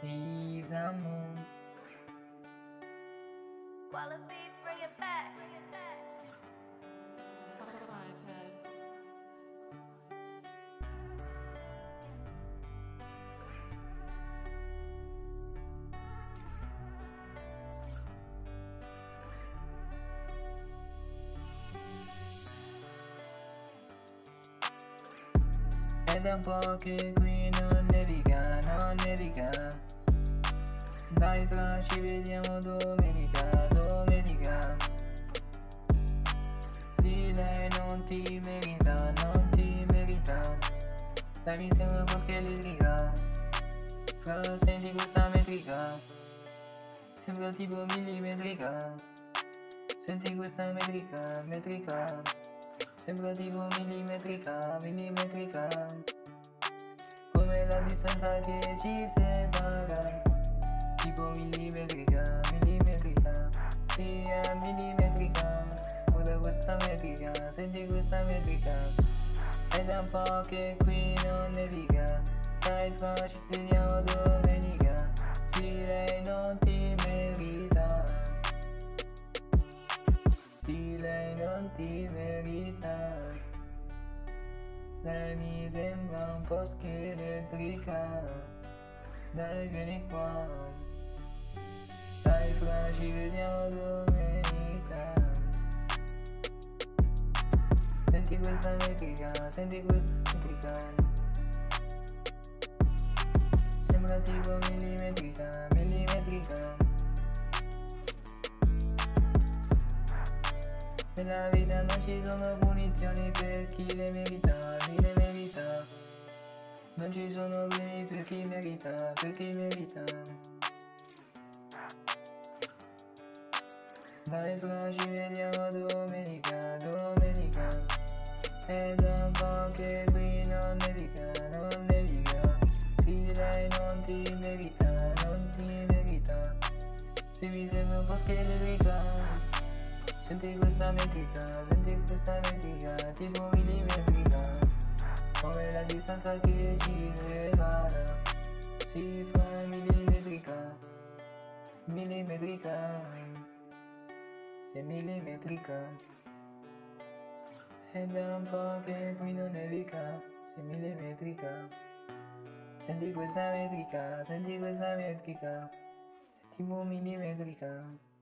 He's a moon. Qualities, bring it back. È da un po' che qui non nevica, non nevica. Dai fra, ci vediamo domenica, domenica. Sì, lei non ti merita, non ti merita. Dai, mi sembra un po' scheletrica. Fra, senti questa metrica. Sembra tipo millimetrica. Senti questa metrica, metrica. Sembra tipo millimetrica, millimetrica. Come la distanza che ci separa. Tipo millimetrica, millimetrica. Sì, è millimetrica. Guarda questa metrica, senti questa metrica. È da un po' che qui non nevica. Dai fra, ci vediamo domenica. Sì, lei non ti merita. Sì, lei non ti merita. Lei mi sembra un po' scheletrica. Dai, vieni qua. Dai fra, ci vediamo domenica. Senti questa metrica, senti questa metrica. Sembra tipo millimetrica, millimetrica. Nella vita non ci sono punizioni per chi le merita, chi le merita. Non ci sono premi per chi merita, per chi merita. Dai fra, ci vediamo domenica, domenica. È da un po' che qui non nevica, non nevica. Sì, lei non ti merita, non ti merita. Sì, mi sembra un po' scheletrica. Senti questa metrica, tipo millimetrica. Come la distanza che ci separa. Si fa millimetrica, millimetrica. Sei millimetrica. È da un po' che qui non nevica. Sei millimetrica. Senti questa metrica, è tipo millimetrica.